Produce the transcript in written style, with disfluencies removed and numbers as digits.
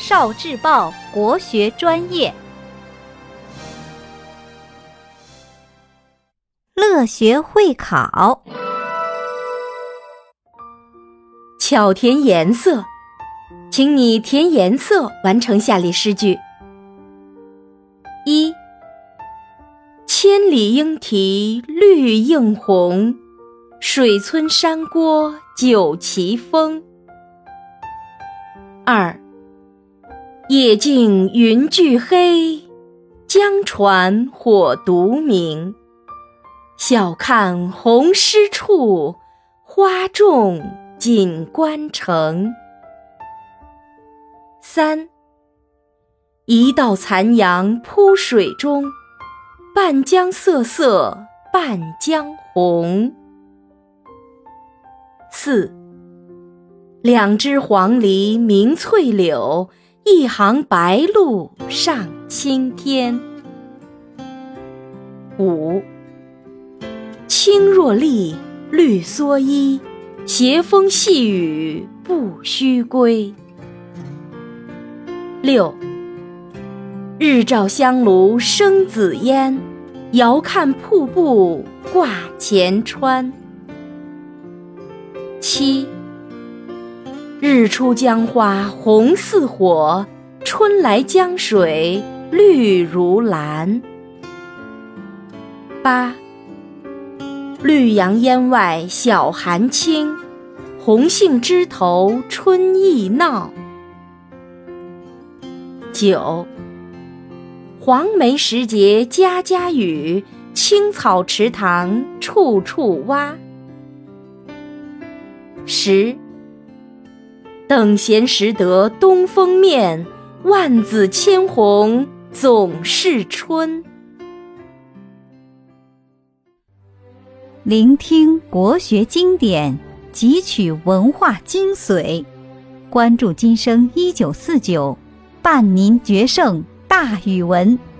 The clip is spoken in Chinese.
少智报国学专业，乐学会考。 巧填颜色，请你填颜色完成下列诗句。1. 千里莺啼绿映红，水村山郭酒旗风。2. 夜静云俱黑，江船火独明。晓看红湿处，花重锦官城。3. 一道残阳铺水中，半江瑟瑟半江红。4. 两枝黄鹂鸣翠柳，一行白鹭上青天。5. 青箬笠，绿蓑衣，斜风细雨不须归。6. 日照香炉生紫烟，遥看瀑布挂前川。7. 日出江花红似火，春来江水绿如蓝。8. 绿杨烟外晓寒轻，红杏枝头春意闹。9. 黄梅时节家家雨，青草池塘处处蛙。10. 等闲识得东风面，万紫千红总是春。 聆听国学经典，汲取文化精髓，关注今生1949，伴您决胜大语文。